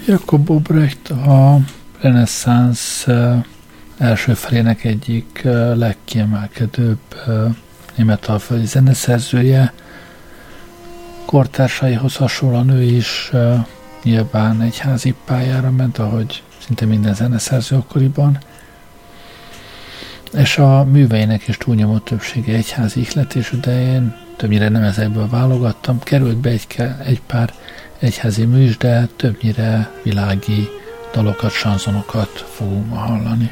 Jakob Obrecht a reneszánsz első felének egyik legkiemelkedőbb német alföldi zeneszerzője. Kortársaihoz hasonlóan ő is nyilván egyházi pályára ment, ahogy szinte minden zeneszerző akkoriban, és a műveinek is túlnyomó többsége egyházi ihletésű, de én többnyire nem ezekből válogattam. Került be egy pár egyházi mű is, de többnyire világi dalokat, sanzonokat fogunk ma hallani.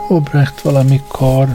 Obrecht valamikor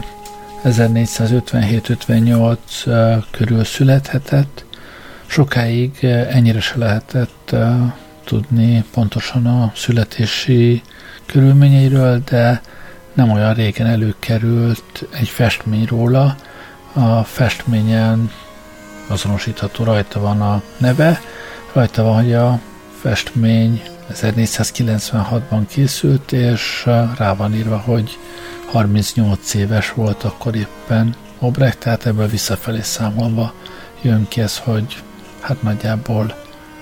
1457-58 körül születhetett. Sokáig ennyire se lehetett tudni pontosan a születési körülményeiről, de nem olyan régen előkerült egy festmény róla. A festményen azonosítható, rajta van a neve, rajta van, hogy a festmény 1496-ban készült, és rá van írva, hogy 38 éves volt akkor éppen Obrecht, tehát ebből visszafelé számolva jön ki ez, hogy hát nagyjából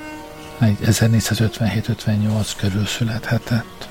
1457-58 körül születhetett.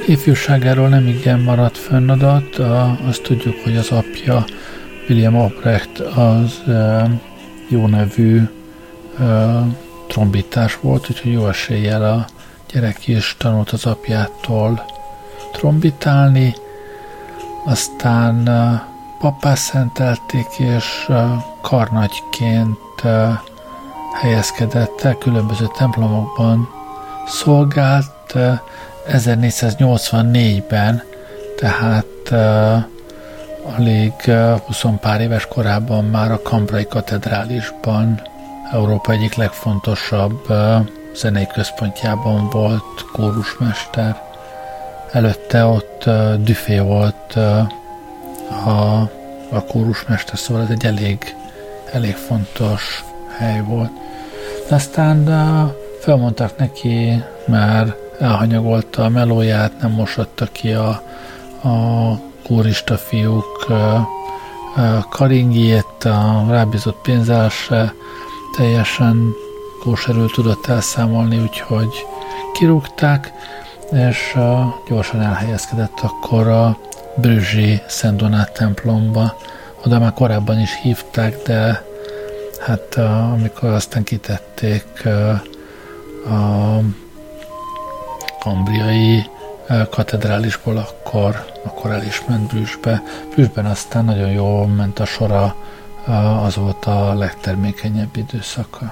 ifjúságáról nem igen maradt fönn adat, azt tudjuk, hogy az apja William Albrecht az jó nevű trombitás volt, úgyhogy jó eséllyel a gyerek is tanult az apjától trombitálni, aztán pappá szentelték, és karnagyként helyezkedett el, különböző templomokban szolgált. 1484-ben, tehát alig 20 pár éves korában már a Cambrai katedrálisban, Európa egyik legfontosabb zenei központjában volt kórusmester. Előtte ott Dufay volt a kórusmester, szóval ez egy elég fontos hely volt. De aztán felmondták neki, már elhanyagolta a melóját, nem mosotta ki a kórista fiúk karingjét, a rábízott pénzzel se teljesen kóserül tudott elszámolni, úgyhogy kirúgták, és gyorsan elhelyezkedett akkor a Brüzsi Szent Donát templomba. Oda már korábban is hívták, de hát amikor aztán kitették a kambriai katedrálisból, akkor el is ment Brüsszbe. Brüsszben aztán nagyon jól ment a sora, az volt a legtermékenyebb időszaka.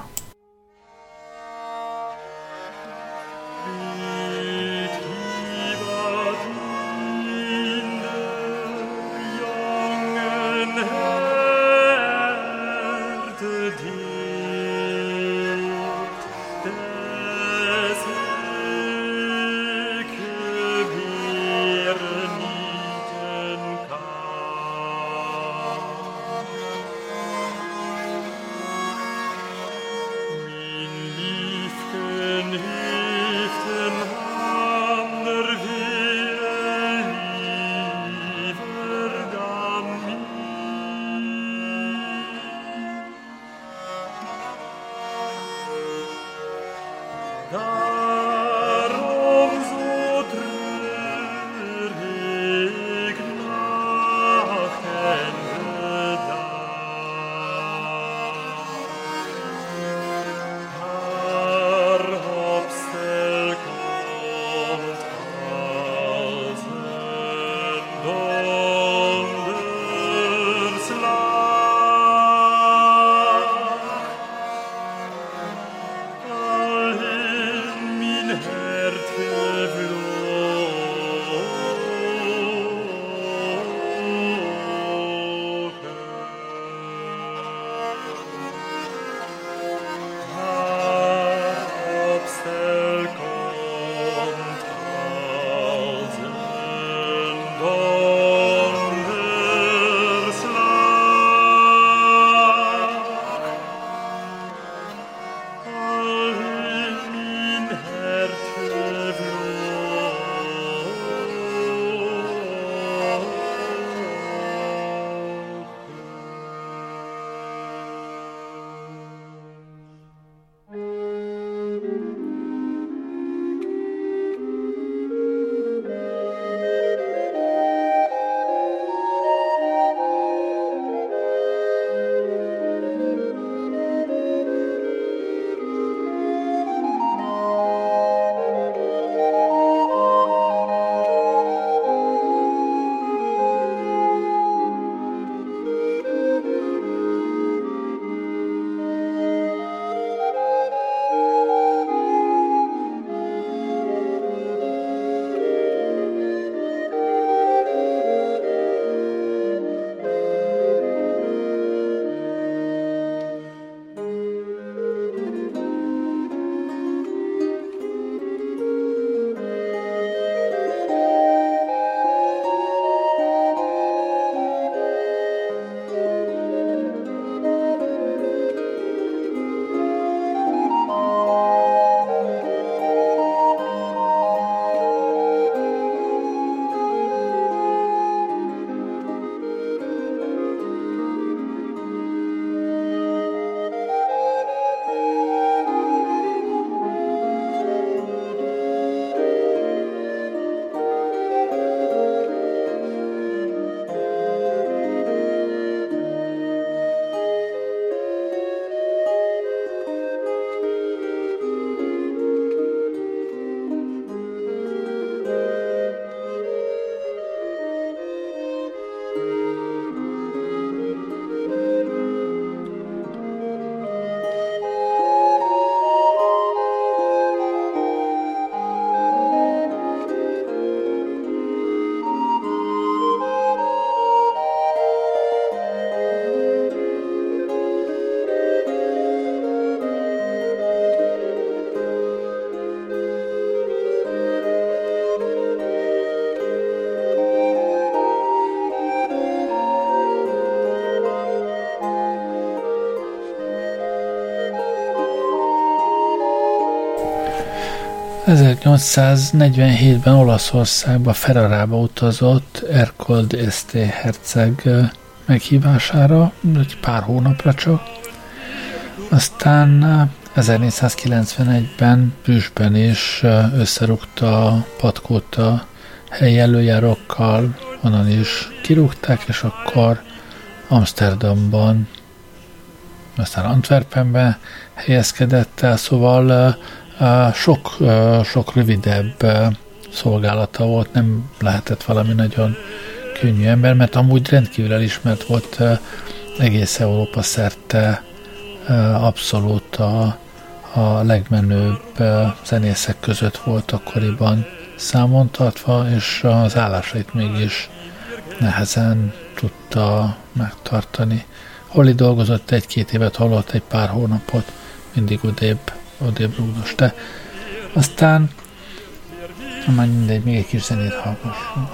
1847-ben Olaszországba, Ferrarába utazott Ercole d'Este herceg meghívására, egy pár hónapra csak. Aztán 1491-ben Brüsszben is összerúgta a patkót a helyi előjárókkal, onnan is kirúgták, és akkor Amsterdamban, aztán Antwerpenben helyezkedett el, szóval sok rövidebb szolgálata volt, nem lehetett valami nagyon könnyű ember, mert amúgy rendkívül elismert volt egész Európa szerte, abszolút a legmenőbb zenészek között volt akkoriban számon tartva, és az állásait mégis nehezen tudta megtartani. Holly dolgozott 1-2 évet, halott egy pár hónapot, mindig odébb rúgdoste. Aztán már mindegy, még egy kis zenét hallgassunk.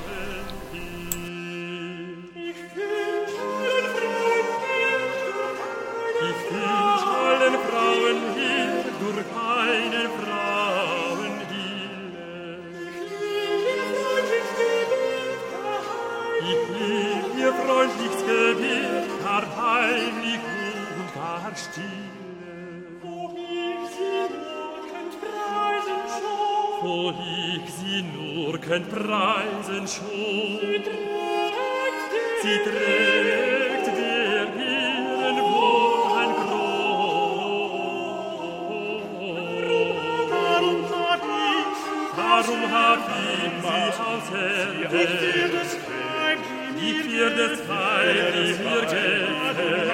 Preisen schon. Sie trägt der Herren wohl ein Groß. Darum hat ihn sie auserwählt. Die für des Heil, die mir gefällt.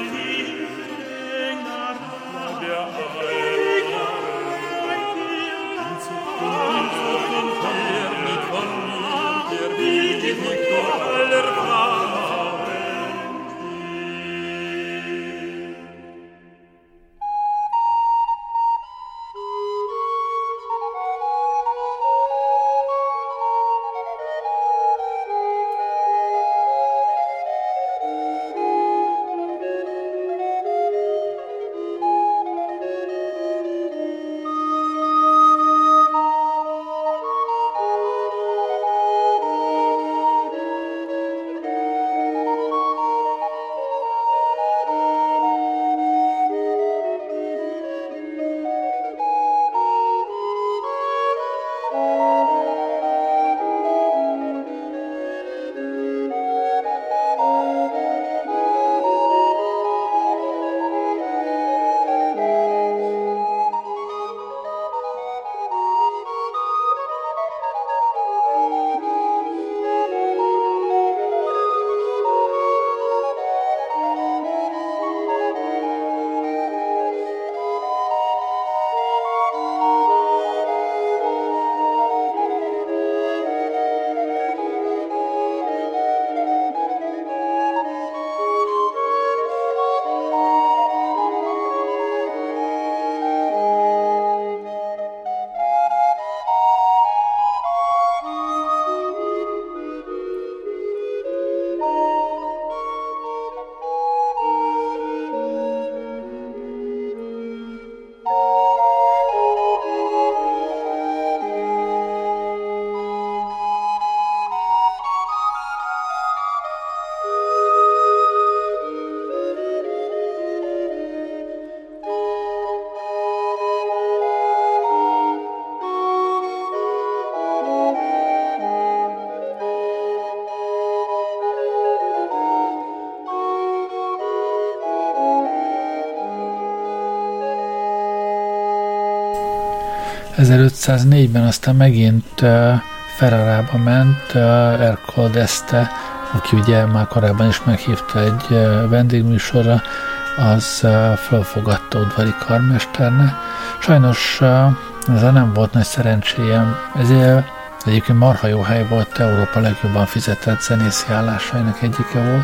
...1504-ben aztán megint Ferrarába ment Ercole d'Este, aki ugye már korábban is meghívta egy vendégműsorra, az felfogadta udvari karmesternek. Sajnos ezzel nem volt nagy szerencséjem, ezért egyébként marha jó hely volt, Európa legjobban fizetett zenészi állásainak egyike volt,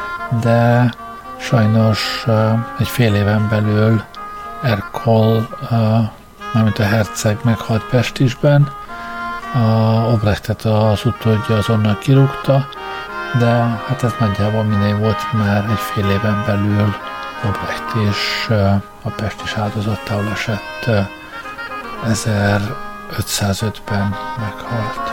de sajnos egy fél éven belül Ercole, mármint a herceg meghalt Pestisben, Obrechtet az utódja azonnal kirúgta, de hát ez nagyjából mindegy volt, már egy fél éven belül Obrecht és a Pest is áldozattául esett 1505-ben meghalt.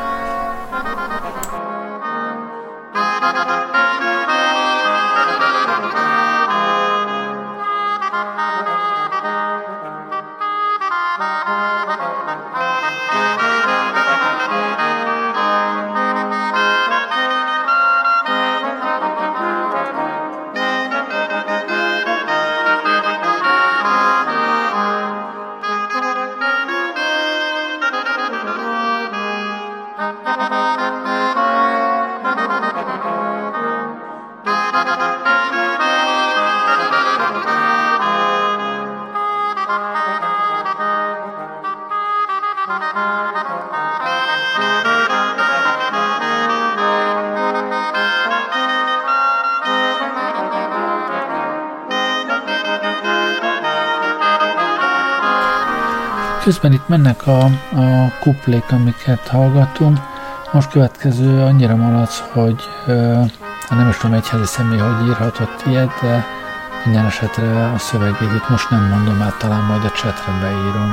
Közben itt mennek a kuplék, amiket hallgatunk. Most következő annyira malac, hogy nem is tudom, egyházi személy, hogy írhatott ilyet, de minden esetre a szövegét itt most nem mondom át, talán majd a chatre beírom.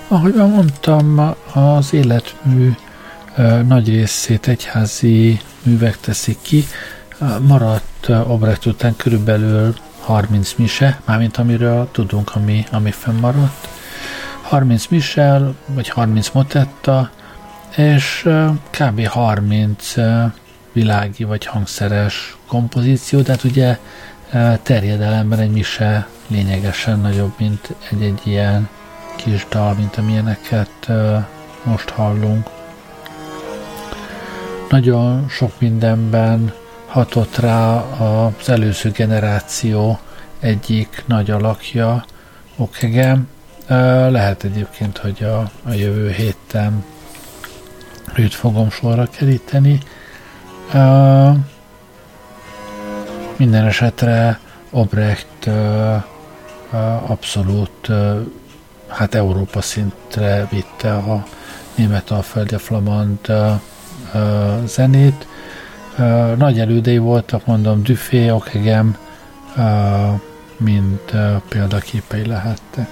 Ahogy már mondtam, az életmű nagy részét egyházi művek teszik ki. Maradt Obrecht után körülbelül 30 mise, mármint amiről tudunk, ami fennmaradt. 30 mise, vagy 30 motetta, és kb. 30 világi vagy hangszeres kompozíció, de hát ugye terjedelemben egy mise lényegesen nagyobb, mint egy ilyen kis dal, mint amilyeneket most hallunk. Nagyon sok mindenben hatott rá az előző generáció egyik nagy alakja, Ockeghem. Lehet egyébként, hogy a jövő héten őt fogom sorra keríteni. Minden esetre Obrecht abszolút hát Európa szintre vitte a német alföldi, a flamand zenét. Nagy elődei voltak, mondom, Dufay, Ockeghem, mind példaképei lehettek.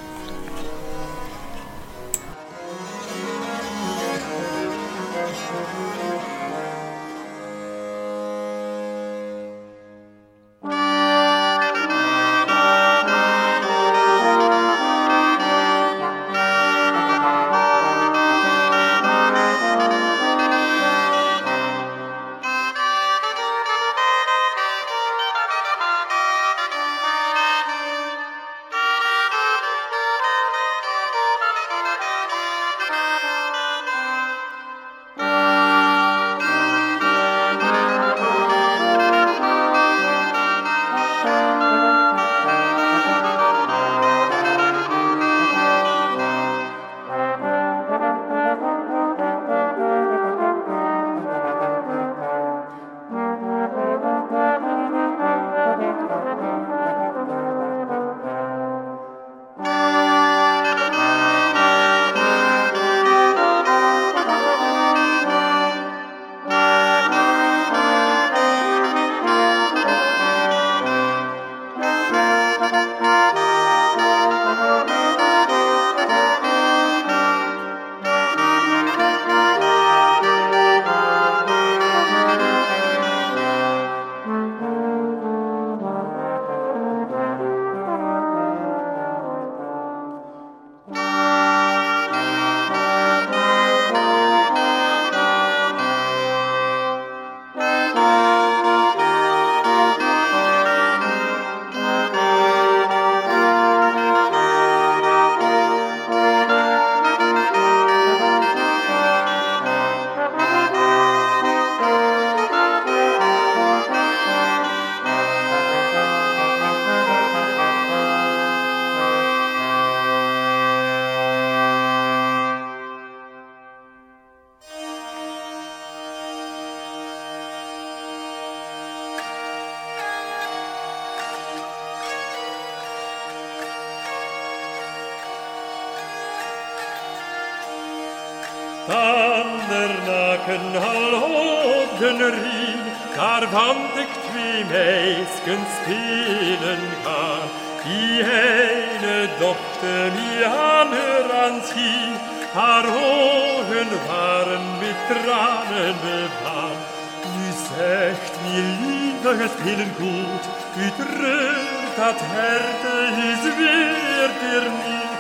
Naken al hoogden rien, daar want ik twee meisken spelen ga. Die ene dochter mij aan haar aanschien, haar ogen waren met tranen bevaan. Nu zegt mij lieve, het spelen goed, u treurt dat herte is weer er niet.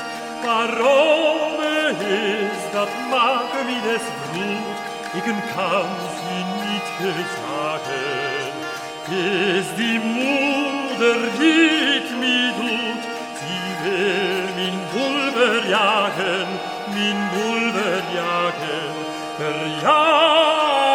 Waarom is dat maken wie des bloed? Ik kan sie niet gezagen. Is die moeder die het mij doet, sie wil mijn bulver jagen, verjagen.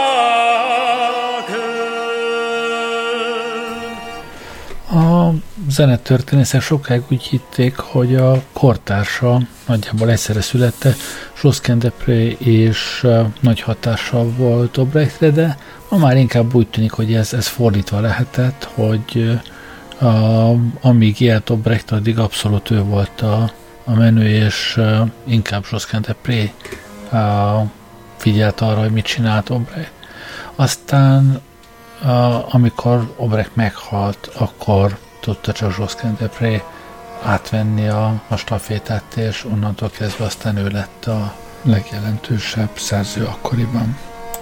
A zenetörténészek sokáig úgy hitték, hogy a kortársa nagyjából egyszerre születte, Josquin-des-Prez és nagy hatással volt Obrechtre, de ma már inkább úgy tűnik, hogy ez fordítva lehetett, hogy amíg élt Obrecht, addig abszolút ő volt a menő, és inkább Josquin-des-Prez figyelt arra, hogy mit csinált Obrecht. Aztán amikor Obrecht meghalt, akkor tudta csak Josquin-des-Prez átvenni a stafétát, és onnantól kezdve aztán ő lett a legjelentősebb szerző akkoriban.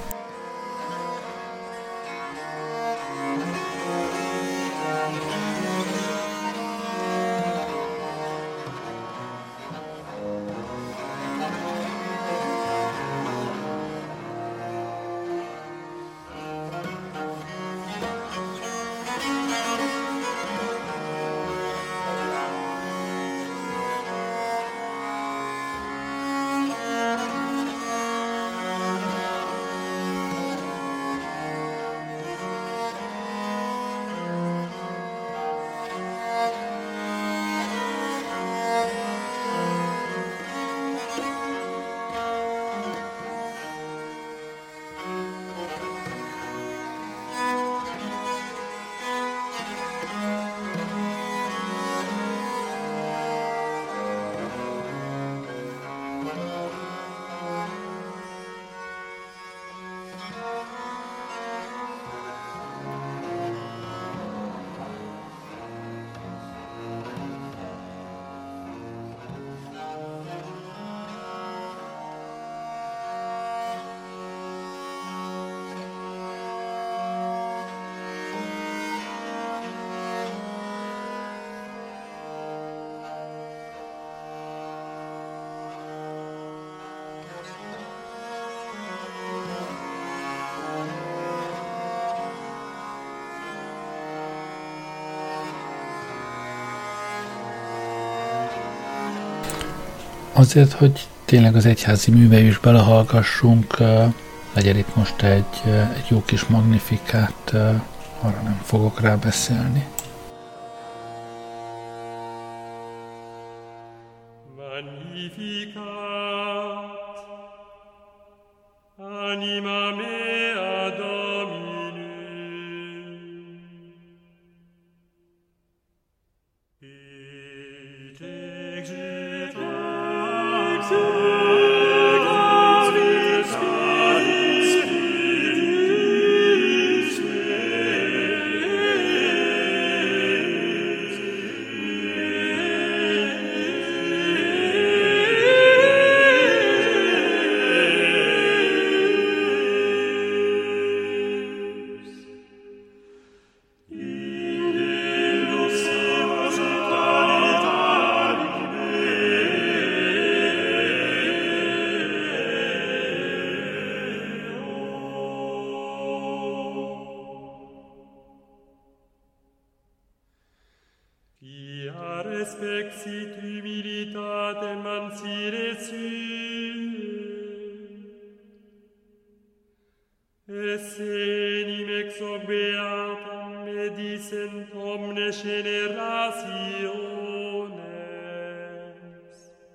Azért, hogy tényleg az egyházi művei is belehallgassunk, legyen itt most egy jó kis magnifikát, arra nem fogok rá beszélni. Magnificat, anima mea Dominum, et exultat respexit humilitatem mansire sue, esse enim ex hoc beatam medicent omne generationes.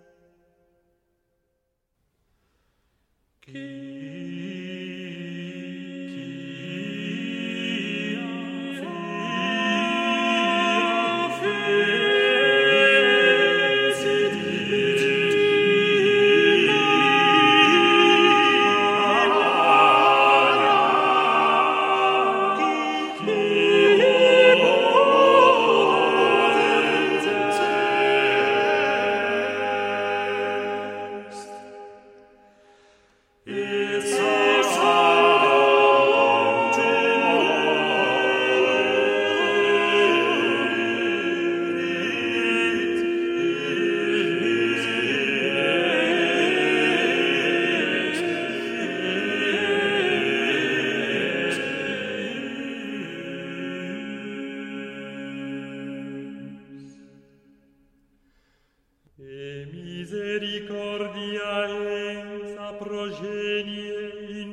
Misericordia ex a progenie in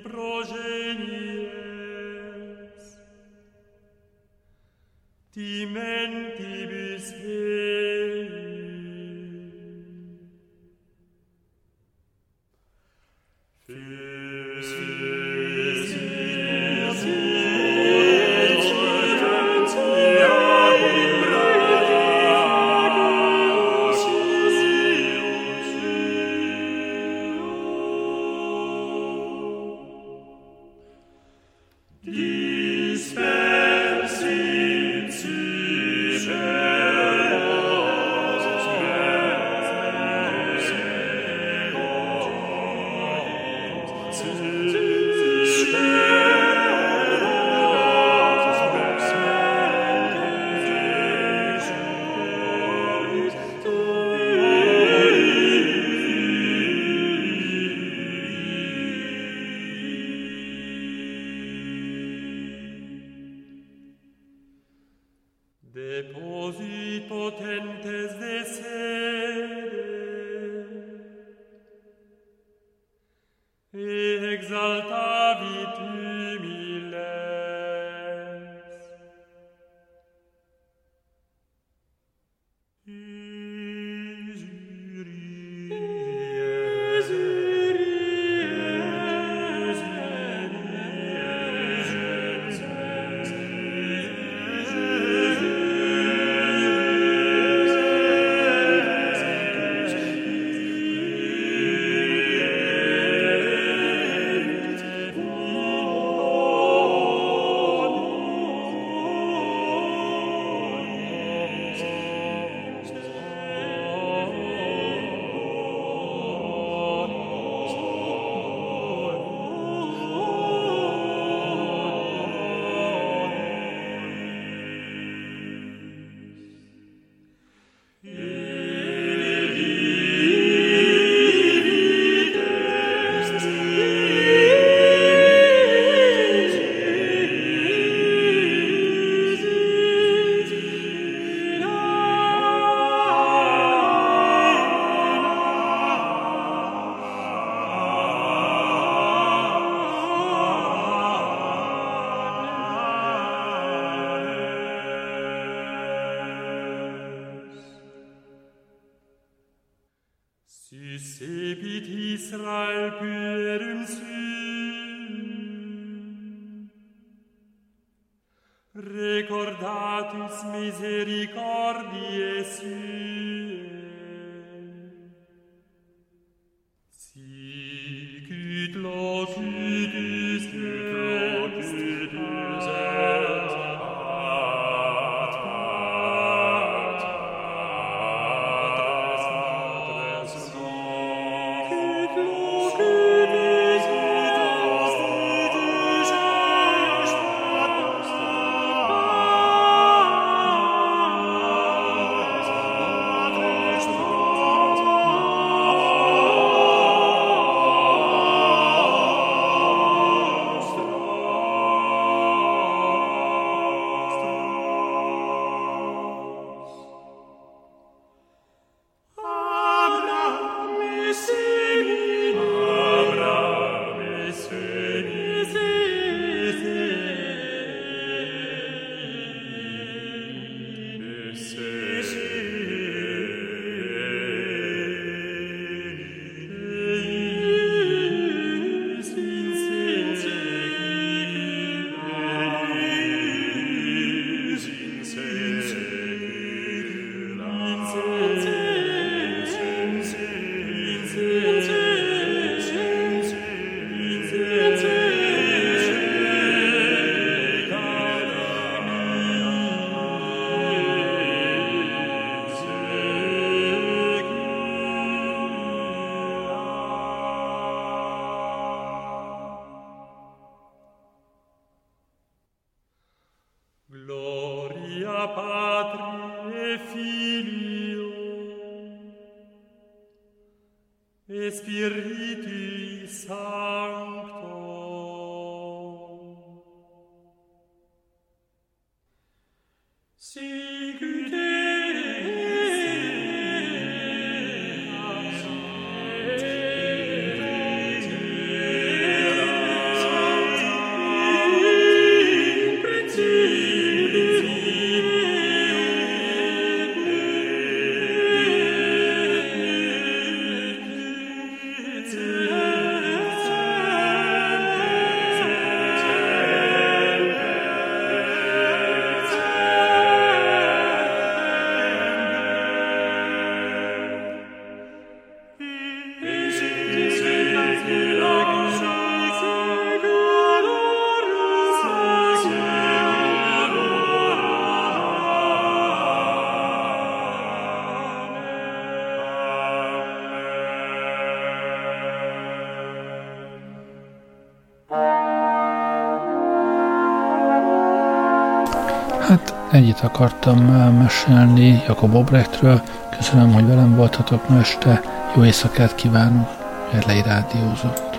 progenies, timentibus dispensit super exaltavi tu miles. Suscepit Israel puerum sum, recordatus misericordiae suae, sicut locutus est Gloria Patri et Filio et Spiritui Sancto. Sicut ennyit akartam mesélni Jakob Obrechtről. Köszönöm, hogy velem voltatok ma este. Jó éjszakát kívánok. Gerlei rádiózó.